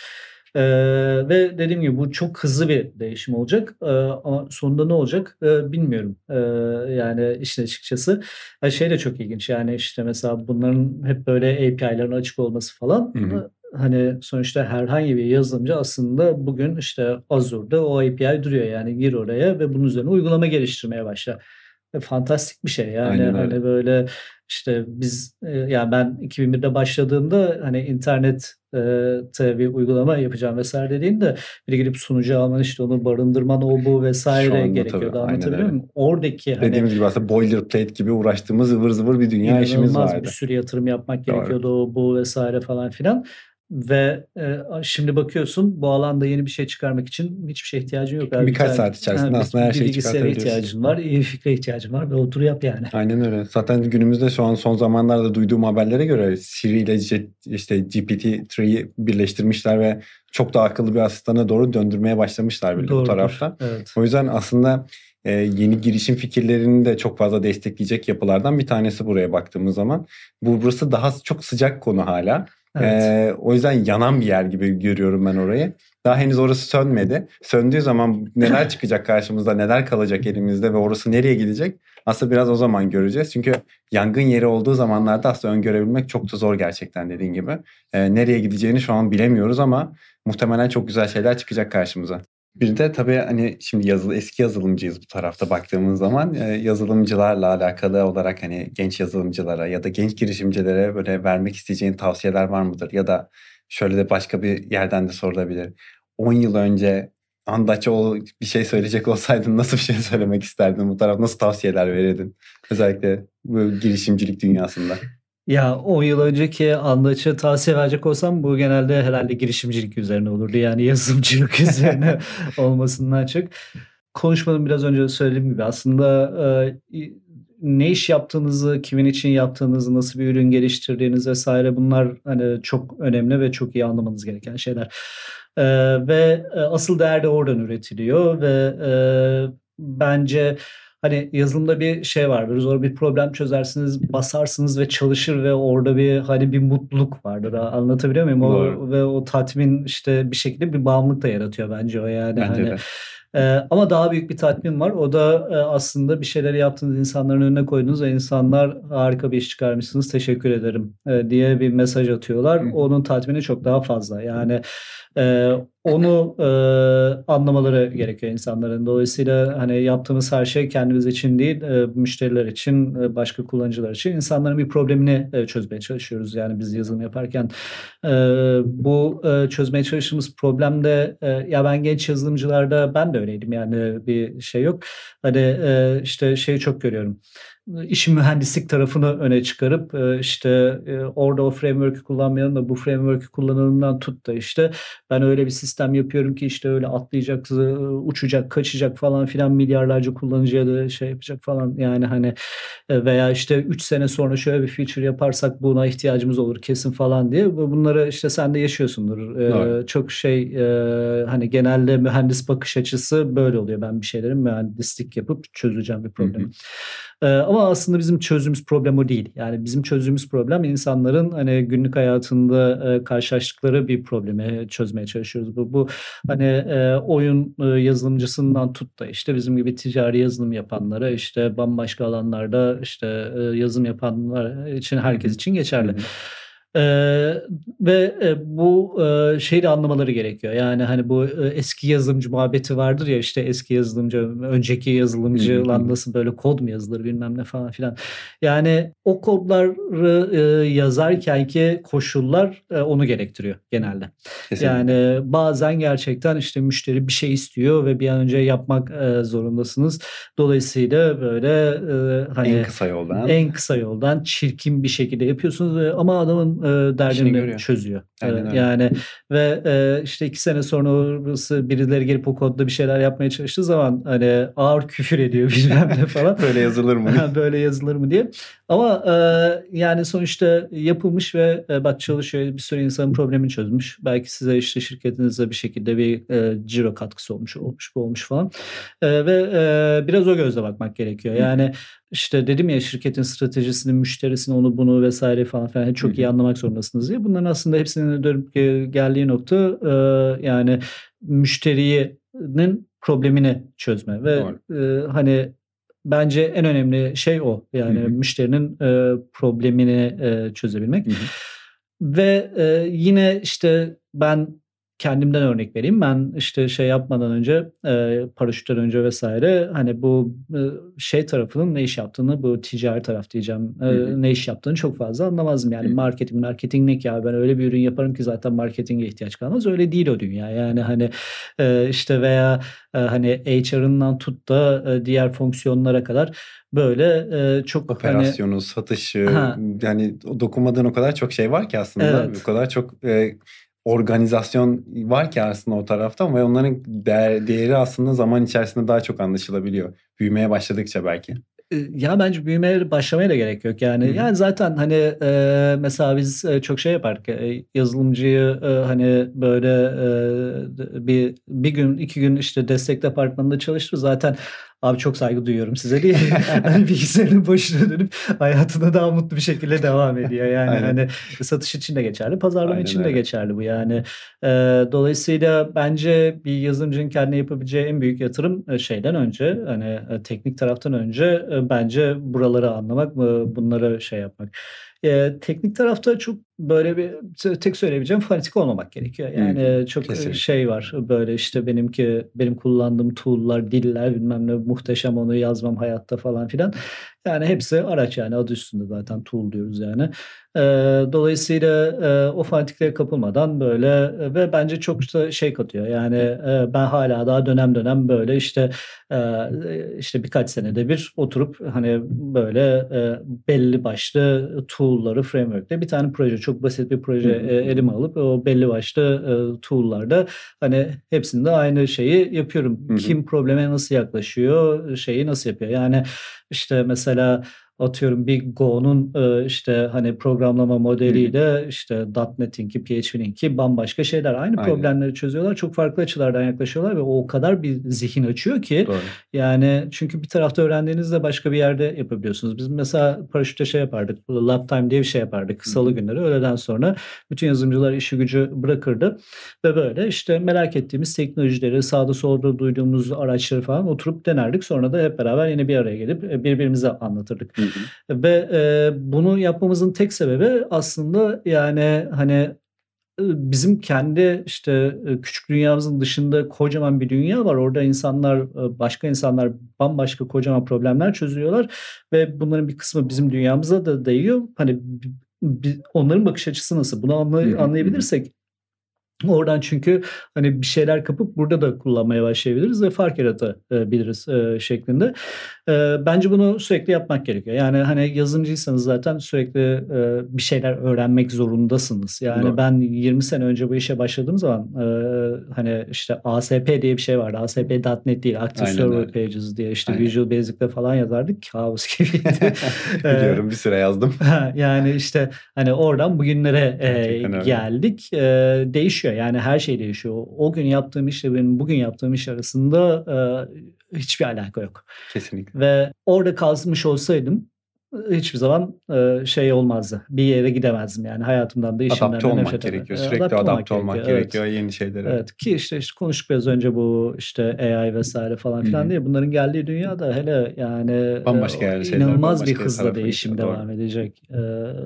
Eee, ve dediğim gibi bu çok hızlı bir değişim olacak, eee, ama sonunda ne olacak, eee, bilmiyorum. Eee, yani, işin açıkçası. Ha, şey de çok ilginç, yani, işte, mesela bunların hep böyle A P I'lerin açık olması falan, Hı hı. ı hani, sonuçta herhangi bir yazılımcı aslında bugün, işte, Azure'da o A P I duruyor. Yani, gir oraya ve bunun üzerine uygulama geliştirmeye başla. E, fantastik bir şey. Yani, Aynen öyle. hani, böyle, işte, biz, eee, yani, ben iki bin birde başladığımda, hani, internet eee, te bir uygulama yapacağım vesaire dediğinde bir de gidip sunucu alman, işte, onu barındırman, o bu Şu vesaire anda tabii, gerekiyordu. aynen Anlatabiliyor öyle. muyum? Oradaki, hani Dediğimiz gibi aslında boilerplate gibi uğraştığımız ıvır zıvır bir dünya işimiz İnanılmaz bir vardı. sürü yatırım yapmak Doğru. gerekiyordu, o, bu vesaire falan filan ve, eee, a şimdi bakıyorsun bu alanda yeni bir şey çıkarmak için hiçbir şeye ihtiyacın yok abi. Bir Birkaç tane saat içerisinde ha, bir aslında her bir şeyi bilgisayara çıkartabiliyorsun. ihtiyacın var, iyi bir fikre ihtiyacın var ve otur yap yani. Aynen öyle. Zaten günümüzde şu an son zamanlarda duyduğum haberlere göre Siri ile Jet, işte G P T üçü birleştirmişler ve çok daha akıllı bir asistana doğru döndürmeye başlamışlar bile bu Doğrudur, tarafta. evet. O yüzden aslında e, yeni girişim fikirlerini de çok fazla destekleyecek yapılardan bir tanesi buraya baktığımız zaman. Bu burası daha çok sıcak konu hala. Evet. E, o yüzden yanan bir yer gibi görüyorum ben orayı. Daha henüz orası sönmedi. Söndüğü zaman neler çıkacak karşımızda, neler kalacak elimizde ve orası nereye gidecek? Aslında biraz o zaman göreceğiz. Çünkü yangın yeri olduğu zamanlarda aslında öngörebilmek çok da zor gerçekten dediğin gibi. Ee, nereye gideceğini şu an bilemiyoruz ama muhtemelen çok güzel şeyler çıkacak karşımıza. Bir de tabii hani şimdi yazılı, eski yazılımcıyız bu tarafta baktığımız zaman. Ee, yazılımcılarla alakalı olarak hani genç yazılımcılara ya da genç girişimcilere böyle vermek isteyeceğin tavsiyeler var mıdır? Ya da şöyle de başka bir yerden de sorulabilir. on yıl önce Andaçoğlu bir şey söyleyecek olsaydın nasıl bir şey söylemek isterdin bu taraf? Nasıl tavsiyeler verirdin? Özellikle bu girişimcilik dünyasında. Ya, on yıl önceki Andaç'a tavsiye verecek olsam bu genelde herhâlde girişimcilik üzerine olurdu. Yani yazılımcılık üzerine olmasından çok. Konuşmanın biraz önce de söylediğim gibi aslında, eee, i ne iş yaptığınızı, kimin için yaptığınızı, nasıl bir ürün geliştirdiğiniz vesaire bunlar, hani, çok önemli ve çok iyi anlamanız gereken şeyler. Eee, ve, eee, asıl değer de oradan üretiliyor ve, eee, bence, hani, yazılımda bir şey vardır, zor bir problem çözersiniz, basarsınız ve çalışır ve orada bir, hani, bir mutluluk vardır. A anlatabiliyor muyum? Doğru. O ve o tatmin, işte, bir şekilde bir bağımlılık da yaratıyor bence o yani, Bence hani. de. Eee, ama daha büyük bir tatmin var. O da, eee, aslında bir şeyleri yaptığınız, insanların önüne koyduğunuz ve insanlar "Harika bir iş çıkarmışsınız, teşekkür ederim." eee, diye bir mesaj atıyorlar. Hı hı. Onun tatmini çok daha fazla. Yani, eee, onu, eee, anlamaları gerekiyor insanların. Dolayısıyla, hani, yaptığımız her şey kendimiz için değil, eee, müşteriler için, eee, başka kullanıcılar için insanların bir problemini, eee, çözmeye çalışıyoruz, yani, biz yazılım yaparken. Eee, bu, eee, çözmeye çalıştığımız problem de, eee, ya, ben genç yazılımcılarda ben de öyleydim, yani, bir şey yok. Hani, eee, işte, şeyi çok görüyorum. işin mühendislik tarafını öne çıkarıp, eee, işte, eee, orada o framework'ü kullanmayalım da bu framework'ü kullanalımdan tut da işte ben öyle bir sistem yapıyorum ki işte öyle atlayacak, zı uçacak, kaçacak falan filan milyarlarca kullanıcıya da şey yapacak falan yani hani, eee, veya işte üç sene sonra şöyle bir feature yaparsak buna ihtiyacımız olur kesin falan diye. Bu bunları işte sen de yaşıyorsundur. Doğru. Eee, çok şey, eee, hani genelde mühendis bakış açısı böyle oluyor. Ben bir şeylerin mühendislik yapıp çözeceğim bir Hı problemi. hı. Eee, ama aslında bizim çözdüğümüz problem o değil. Yani bizim çözdüğümüz problem insanların hani günlük hayatında, eee, karşılaştıkları bir problemi çözmeye çalışıyoruz. Bu bu hani, eee, oyun, eee, yazılımcısından tut da işte bizim gibi ticari yazılım yapanlara, işte bambaşka alanlarda işte, eee, yazılım yapanlar için Hı herkes hı. için Hı geçerli. hı. Eee, ve, eee, bu, eee, şeyi de anlamaları gerekiyor. Yani hani bu, eee, eski yazılımcı muhabbeti vardır ya işte eski yazılımcı, önceki Hı hı. yazılımcı Hı lan hı. nasıl böyle kod mu yazılır bilmem ne falan filan. Yani o kodları, eee, yazarkenki koşullar, eee, onu gerektiriyor genelde. Kesinlikle. Yani bazen gerçekten işte müşteri bir şey istiyor ve bir an önce yapmak, eee, zorundasınız. Dolayısıyla böyle, eee, En hani kısa yoldan. en kısa yoldan çirkin bir şekilde yapıyorsunuz ve ama adamın, eee, İşini derdini görüyor. çözüyor. Eee, Aynen öyle. yani ve, eee, işte iki sene sonrası birileri gelip o kodda bir şeyler yapmaya çalıştığı zaman hani ağır küfür ediyor bilmem ne falan. Böyle yazılır mı diye. Böyle yazılır mı diye. Ama, eee, yani sonuçta yapılmış ve, eee, bak çalışıyor, bir sürü insanın problemini çözmüş. Belki size işte şirketinize bir şekilde bir, eee, ciro katkısı olmuş, olmuş, bu olmuş falan. Eee, ve, eee, biraz o gözle bakmak gerekiyor. Hı hı. Yani işte dedim ya şirketin stratejisini, müşterisini, onu bunu vesaire falan filan Hı çok iyi hı. anlamak zorundasınız diye. Bunların aslında hepsinin dönüp ge geldiği nokta, eee, yani müşterinin problemini çözme ve, Doğru. eee, hani bence en önemli şey o. Hı Yani hı. müşterinin, eee, problemini, eee, çözebilmek. Hı hı. Ve, eee, yine işte ben kendimden örnek vereyim. Ben işte şey yapmadan önce, eee, paraşütten önce vesaire hani bu, ııı, şey tarafının ne iş yaptığını, bu ticari taraf diyeceğim, Hı eee, hı. ne iş yaptığını çok fazla anlamazdım. Hı Yani hı. marketing, marketing ne ki ya? Ben öyle bir ürün yaparım ki zaten marketinge ihtiyaç kalmaz. Öyle değil o dünya. Yani hani, eee, işte veya, eee, hani H R'ından tut da, eee, diğer fonksiyonlara kadar böyle, eee, çok hani Operasyonu, satışı, Ha. yani o dokunmadığın o kadar çok şey var ki aslında. O Evet. kadar çok, eee, organizasyon var ki aslında o tarafta ve onların değer değeri aslında zaman içerisinde daha çok anlaşılabiliyor. Büyümeye başladıkça belki. Eee, ya bence büyümeye başlamaya da gerek yok. Hı Yani, hı. yani zaten hani, eee, mesela biz, eee, çok şey yapardık. Eee, yazılımcıyı, eee, hani böyle, eee, d bir bir gün, iki gün işte destek departmanında çalıştır zaten abi çok saygı duyuyorum size diye hani bilgisayarın başına dönüp hayatına daha mutlu bir şekilde devam ediyor. Yani Aynen. hani satış için de geçerli, pazarlama Aynen için de öyle. geçerli bu yani. Eee, dolayısıyla bence bir yazılımcının kendine yapabileceği en büyük yatırım, eee, şeyden önce hani, eee, teknik taraftan önce, eee, bence buraları anlamak, eee, bunları şey yapmak. Eee, teknik tarafta çok böyle bir t tek söyleyebileceğim fanatik olmamak gerekiyor. Hı hı. Yani çok, eee, Kesinlikle. şey var böyle işte benimki benim kullandığım tool'lar, diller bilmem ne muhteşem onu yazmam hayatta falan filan. Yani hepsi araç yani adı üstünde zaten tool diyoruz yani. Eee, dolayısıyla, eee, o fanatikliğe kapılmadan böyle, eee, ve bence çok da şey katıyor yani, eee, ben hâlâ daha dönem dönem böyle işte, eee, işte birkaç senede bir oturup hani böyle, eee, belli başlı tool'ları, framework'te bir tane proje, çok basit bir Hı proje, hı. eee, Hı hı. elime alıp o belli başlı, eee, tool'larda hani hepsinde aynı şeyi yapıyorum. Hı hı. Kim probleme nasıl yaklaşıyor, şeyi nasıl yapıyor? Yani işte mesela atıyorum bir Go'nun, eee, işte hani programlama Hı hı. modeliyle işte .NET'inki, P H P'ninki bambaşka şeyler. Aynı Aynen. problemleri çözüyorlar. Çok farklı açılardan yaklaşıyorlar ve o o kadar bir zihin açıyor ki Doğru. yani çünkü bir tarafta öğrendiğinizde başka bir yerde yapabiliyorsunuz. Biz mesela paraşütte şey yapardık, lab time diye bir şey yapardık Hı salı hı. günleri. Öğleden sonra bütün yazılımcılar işi gücü bırakırdı ve böyle işte merak ettiğimiz teknolojileri, sağda solda duyduğumuz araçları falan oturup denerdik. Sonra da hep beraber yine bir araya gelip, eee, birbirimize anlatırdık. Hı hı. Ve, eee, bunu yapmamızın tek sebebi aslında yani hani, ııı, bizim kendi işte, eee, küçük dünyamızın dışında kocaman bir dünya var. Orada insanlar, eee, başka insanlar bambaşka kocaman problemler çözüyorlar ve bunların bir kısmı bizim dünyamıza da değiyor. Hani b bi onların bakış açısı nasıl? Bunu Hı anlay hı. Hı hı. anlayabilirsek Oradan çünkü hani bir şeyler kapıp burada da kullanmaya başlayabiliriz ve fark yaratabiliriz eee, şeklinde. Eee, bence bunu sürekli yapmak gerekiyor. Yani, hani, yazılımcıysanız zaten sürekli, eee, bir şeyler öğrenmek zorundasınız. Yani, Doğru. ben yirmi sene önce bu işe başladığım zaman, eee, hani, işte, A S P diye bir şey vardı. A S P nokta net değil, Active Aynen Server öyle. Pages diye, işte, Aynen. Visual Basic'te falan yazardık. Kabus gibiydi. Eee Biliyorum, bir süre yazdım. yani, işte, hani, oradan bugünlere, eee, Gerçekten öyle. geldik. Eee, değişiyor, yani, her şey değişiyor. O gün yaptığım işle benim bugün yaptığım iş arasında, eee, hiçbir alaka yok Kesinlikle. ve orada kalmış olsaydım, ııı, hiçbir zaman, eee, şey olmazdı, bir yere gidemezdim, yani, hayatımdan da Adapte işimden de olmak nefret ederim. gerekiyor. Eee, Sürekli adapte olmak adapte olmak gerekiyor. Evet. gerekiyor yeni şeylere. Evet, ki, işte işte, konuştuk biraz önce bu, işte, A I vesaire falan Hı filan hı. diye bunların geldiği dünyada hele, yani, eee, Bambaşka yer şeyler, inanılmaz bir bambaşka hızla tarafa değişim gidiyor. Doğru. devam edecek, eee,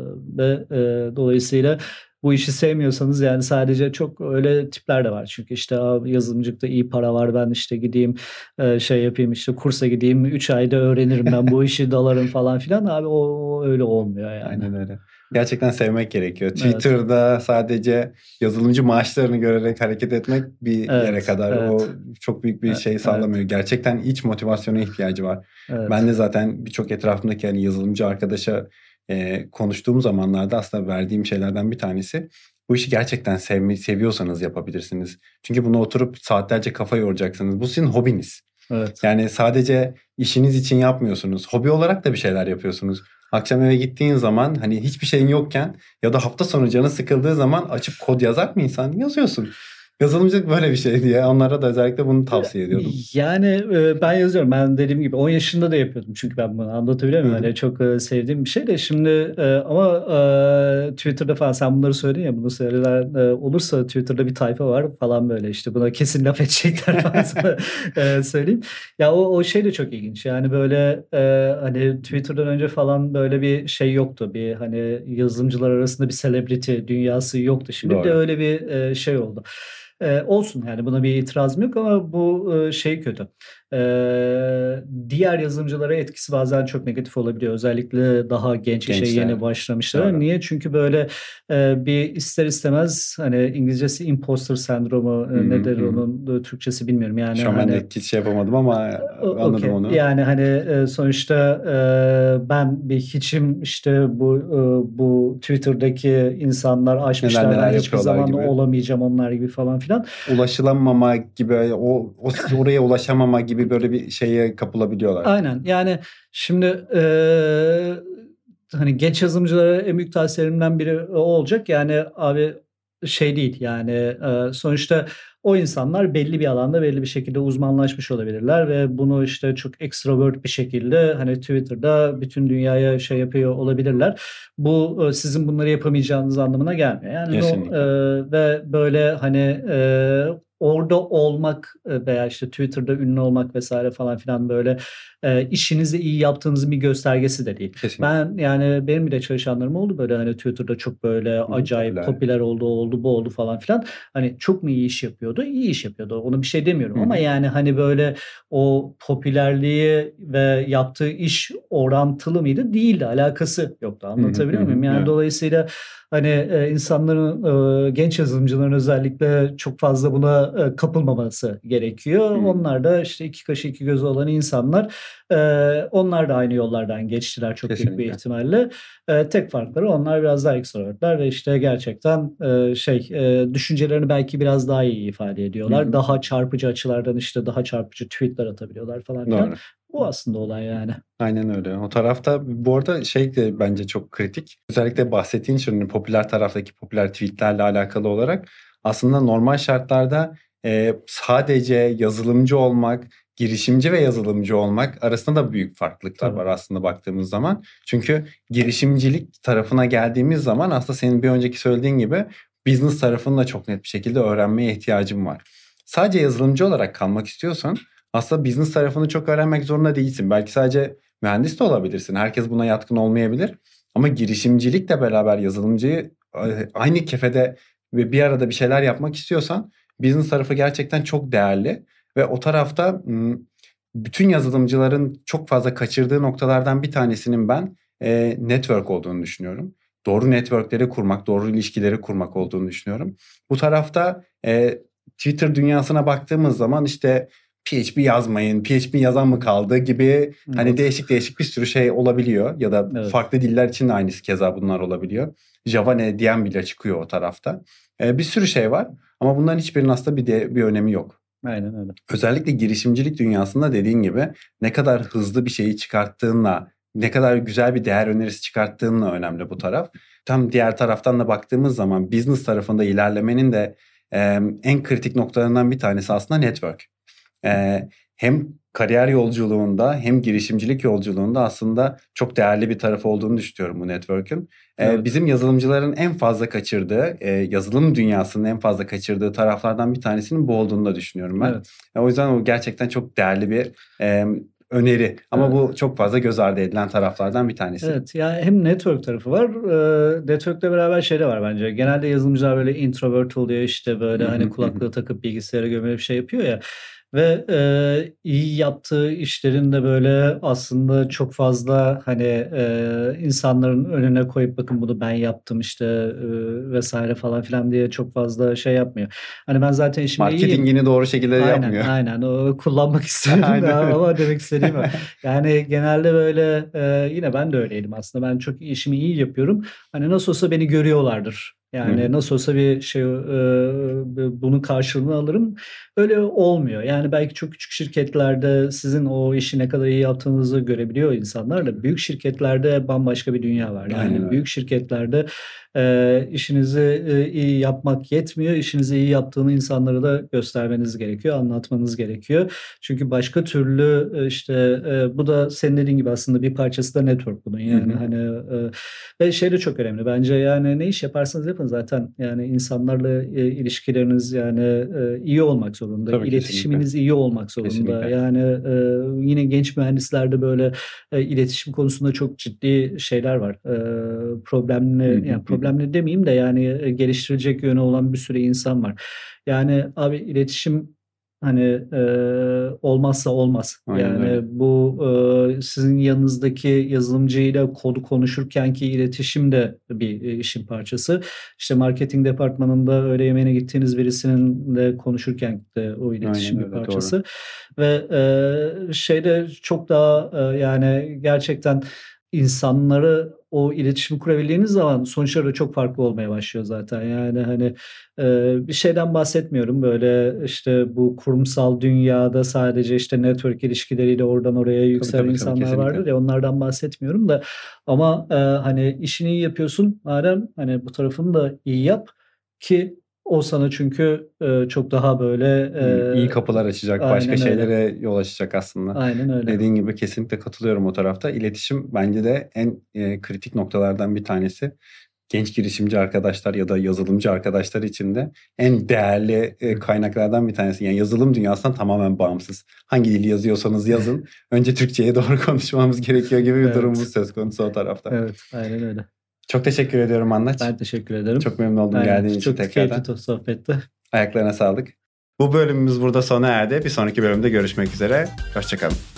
ve, eee, dolayısıyla bu işi sevmiyorsanız, yani, sadece çok öyle tipler de var. Çünkü, işte, a, yazılımcılıkta iyi para var, ben, işte, gideyim, eee, şey yapayım, işte, kursa gideyim, üç ayda öğrenirim ben bu işi, dalarım falan filan. Abi o o öyle olmuyor, yani. Aynen öyle. Gerçekten sevmek gerekiyor. Evet. Twitter'da sadece yazılımcı maaşlarını görerek hareket etmek bir yere Evet, kadar. evet. O çok büyük bir E şey evet. sağlamıyor. Gerçekten iç motivasyona ihtiyacı var. Ben Evet. de zaten birçok etrafımdaki, hani, yazılımcı arkadaşa, eee, konuştuğum zamanlarda aslında verdiğim şeylerden bir tanesi, bu işi gerçekten sevmeyi seviyorsanız yapabilirsiniz. Çünkü buna oturup saatlerce kafa yoracaksınız. Bu sizin hobiniz. Evet. Yani, sadece işiniz için yapmıyorsunuz. Hobi olarak da bir şeyler yapıyorsunuz. Akşam eve gittiğin zaman, hani, hiçbir şeyin yokken ya da hafta sonu canın sıkıldığı zaman açıp kod yazar mı insan? Yazıyorsun. Yazılımcılık böyle bir şey diye onlara da özellikle bunu Eee, tavsiye ediyordum. yani, eee, ben yazıyorum. Ben dediğim gibi on yaşında da yapıyordum çünkü ben bunu. Anlatabiliyor Hı muyum? hı. Hani, çok, eee, sevdiğim bir şey de şimdi, eee, ama, eee, Twitter'da falan sen bunları söyledin ya, bunu söyleyen, eee, olursa Twitter'da bir tayfa var falan böyle, işte, buna kesin laf edecekler falan sana, eee, söyleyeyim. Ya, o o şey de çok ilginç. Yani, böyle, eee, hani, Twitter'dan önce falan böyle bir şey yoktu. Bir, hani, yazılımcılar arasında bir celebrity dünyası yoktu. Şimdi bir de Doğru. öyle bir, eee, şey oldu. Eee, olsun, yani, buna bir itirazım yok ama bu, ııı, şey kötü. Eee, diğer yazılımcılara etkisi bazen çok negatif olabiliyor. Özellikle daha genç, işe Gençler. yeni başlamışlara. Doğru. Niye? Çünkü, böyle, eee, bir ister istemez, hani, İngilizcesi imposter sendromu, Hı eee, hı. nedir Hı hı. onun, ııı, Türkçesi bilmiyorum. Yani, Şu an ben hani, de hiç şey yapamadım ama, eee, o anladım okay. onu. Yani, hani, eee, sonuçta, eee, ben bir hiçim, işte, bu, ııı, bu Twitter'daki insanlar Neler aşmışlar, ben neler hiçbir yapıyorlar zaman gibi. olamayacağım onlar gibi falan filan. Ulaşılamama gibi, o o oraya ulaşamama gibi böyle bir şeye kapılabiliyorlar. Aynen. Yani, şimdi, eee, hani, genç yazılımcılara en büyük tavsiyelerimden biri o olacak. Yani, abi, şey değil, yani, eee, sonuçta o insanlar belli bir alanda belli bir şekilde uzmanlaşmış olabilirler ve bunu, işte, çok extrovert bir şekilde, hani, Twitter'da bütün dünyaya şey yapıyor olabilirler. Bu, ııı, sizin bunları yapamayacağınız anlamına gelmiyor. Yani, no Kesinlikle. eee, ve böyle, hani, eee, orada olmak, eee, veya, işte, Twitter'da ünlü olmak vesaire falan filan, böyle, eee, işinizi iyi yaptığınızın bir göstergesi de değil. Kesinlikle. Ben, yani, benim bile çalışanlarım oldu, böyle, hani, Twitter'da çok, böyle, Hı hı. acayip Popüler. popüler oldu, o oldu, bu oldu falan filan. Hani, çok mu iyi iş yapıyordu? İyi iş yapıyordu. Ona bir şey demiyorum Hı ama, hı. yani, hani, böyle, o popülerliği ve yaptığı iş orantılı mıydı? Değildi. Alakası yoktu. Hı hı. Hı Anlatabiliyor muyum? hı. Yani, Evet. dolayısıyla, hani, eee, insanların, ııı, genç yazılımcıların özellikle çok fazla buna, eee, kapılmaması gerekiyor. Hı hı. Onlar da, işte, iki kaşı iki gözü olan insanlar. Eee, onlar da aynı yollardan geçtiler çok büyük bir Kesinlikle. ihtimalle. Eee, tek farkları onlar biraz daha extrovert'ler ve, işte, gerçekten, eee, şey, eee, düşüncelerini belki biraz daha iyi ifade Hı ediyorlar. hı. Daha çarpıcı açılardan, işte, daha çarpıcı tweet'ler atabiliyorlar falan filan. Doğru. Bu aslında olay yani. Aynen öyle. O tarafta bu arada şey de bence çok kritik. Özellikle bahsettiğin şey, popüler taraftaki popüler tweet'lerle alakalı olarak aslında normal şartlarda, eee, sadece yazılımcı olmak, girişimci ve yazılımcı olmak arasında da büyük farklılıklar Tabii. var aslında baktığımız zaman. Çünkü girişimcilik tarafına geldiğimiz zaman aslında senin bir önceki söylediğin gibi business tarafını da çok net bir şekilde öğrenmeye ihtiyacın var. Sadece yazılımcı olarak kalmak istiyorsan aslında business tarafını çok öğrenmek zorunda değilsin. Belki sadece mühendis de olabilirsin. Herkes buna yatkın olmayabilir. Ama girişimcilikle beraber yazılımcıyı eee, aynı kefede ve bir arada bir şeyler yapmak istiyorsan business tarafı gerçekten çok değerli ve o tarafta, ımm, bütün yazılımcıların çok fazla kaçırdığı noktalardan bir tanesinin ben, eee, network olduğunu düşünüyorum. doğru networkleri kurmak, doğru ilişkileri kurmak olduğunu düşünüyorum. Bu tarafta e, Twitter dünyasına baktığımız zaman işte P H P yazmayın, P H P yazan mı kaldı gibi hani Evet. değişik değişik bir sürü şey olabiliyor. Ya da Evet. farklı diller için de aynısı keza bunlar olabiliyor. Java ne diyen bile çıkıyor o tarafta. E, bir sürü şey var ama bunların hiçbirinin aslında bir, de, bir önemi yok. Aynen öyle. Özellikle girişimcilik dünyasında dediğin gibi ne kadar hızlı bir şeyi çıkarttığınla, ne kadar güzel bir değer önerisi çıkarttığınla önemli bu taraf. Tam diğer taraftan da baktığımız zaman business tarafında ilerlemenin de e, en kritik noktalarından bir tanesi aslında network. E, hem kariyer yolculuğunda hem girişimcilik yolculuğunda aslında çok değerli bir tarafı olduğunu düşünüyorum bu network'ün. E, Evet. bizim yazılımcıların en fazla kaçırdığı, e, yazılım dünyasının en fazla kaçırdığı taraflardan bir tanesinin bu olduğunu da düşünüyorum ben. Evet. E, o yüzden o gerçekten çok değerli bir e, öneri. Ama Evet. bu çok fazla göz ardı edilen taraflardan bir tanesi. Evet, yani hem network tarafı var, eee, network'le beraber şey de var bence. Genelde yazılımcılar böyle introvert oluyor, işte, böyle, Hı hı, hani, hı hı. kulaklığı takıp bilgisayara gömülüp şey yapıyor ya ve, eee, iyi yaptığı işlerin de böyle aslında çok fazla, hani, eee, insanların önüne koyup bakın bunu ben yaptım, işte, eee, vesaire falan filan diye çok fazla şey yapmıyor. Hani, ben zaten işimde iyiyim. Marketingini doğru şekilde Aynen, yapmıyor. aynen. O kullanmak istemedim de Aynen öyle. ama demek istediğim o. Yani genelde böyle, eee, yine ben de öyleydim aslında. Ben çok işimi iyi yapıyorum. Hani nasıl olsa beni görüyorlardır. Hı hı. Yani nasıl olsa bir şey, eee, b bunun karşılığını alırım. Öyle olmuyor. Yani belki çok küçük şirketlerde sizin o işi ne kadar iyi yaptığınızı görebiliyor insanlar da büyük şirketlerde bambaşka bir dünya var. Aynen Yani öyle. büyük şirketlerde, eee, işinizi, eee, iyi yapmak yetmiyor. İşinizi iyi yaptığını insanlara da göstermeniz gerekiyor, anlatmanız gerekiyor. Çünkü başka türlü, eee, işte, eee, bu da senin dediğin gibi aslında bir parçası da network bunun. Hı Yani, hı. hani, eee, ve şey de çok önemli bence, yani ne iş yaparsanız yapın zaten yani insanlarla, eee, ilişkileriniz yani, eee, iyi olmak zorunda. Tabii, kesinlikle. İletişiminiz iyi olmak zorunda. Kesinlikle. Yani, eee, yine genç mühendislerde böyle, eee, iletişim konusunda çok ciddi şeyler var. Eee, Hı problemli, hı, yani hı hı. problemli demeyeyim de yani, eee, geliştirecek yönü olan bir sürü insan var. Yani abi iletişim, hani, eee, olmazsa olmaz. Aynen Yani öyle. bu, eee, sizin yanınızdaki yazılımcıyla kodu konuşurkenki iletişim de bir, eee, işin parçası. İşte marketing departmanında öğle yemeğine gittiğiniz birisininle konuşurken de o Aynen iletişim bir öyle, doğru. parçası ve, eee, şeyde çok daha, eee, yani gerçekten insanları o iletişimi kurabildiğiniz zaman sonuçları da çok farklı olmaya başlıyor zaten. Yani, hani, eee, bir şeyden bahsetmiyorum. Böyle, işte, bu kurumsal dünyada sadece, işte, network ilişkileriyle oradan oraya Tabii, yükselen tabii, tabii, insanlar kesinlikle. vardır ya, onlardan bahsetmiyorum da ama, eee, hani, işini iyi yapıyorsun madem, hani, bu tarafını da iyi yap ki o sana çünkü, eee, çok daha böyle, Hımm, iyi eee kapılar açacak, başka Aynen öyle. şeylere yol açacak aslında. Aynen öyle. Dediğin gibi kesinlikle katılıyorum o tarafta. İletişim bence de en, eee, kritik noktalardan bir tanesi. Genç girişimci arkadaşlar ya da yazılımcı arkadaşlar için de en değerli, eee, kaynaklardan bir tanesi. Yani yazılım dünyasından tamamen bağımsız. Hangi dili yazıyorsanız yazın, önce Türkçe'ye doğru konuşmamız gerekiyor gibi bir Evet. durumumuz söz konusu o tarafta. Evet, aynen öyle. Çok teşekkür ediyorum Anlaç. Ben teşekkür ederim. Çok memnun oldum Aynen. geldiğin için Çok keyifli tekrardan. to sohbetti. Ayaklarına sağlık. Bu bölümümüz burada sona erdi. Bir sonraki bölümde görüşmek üzere. Hoşça kalın.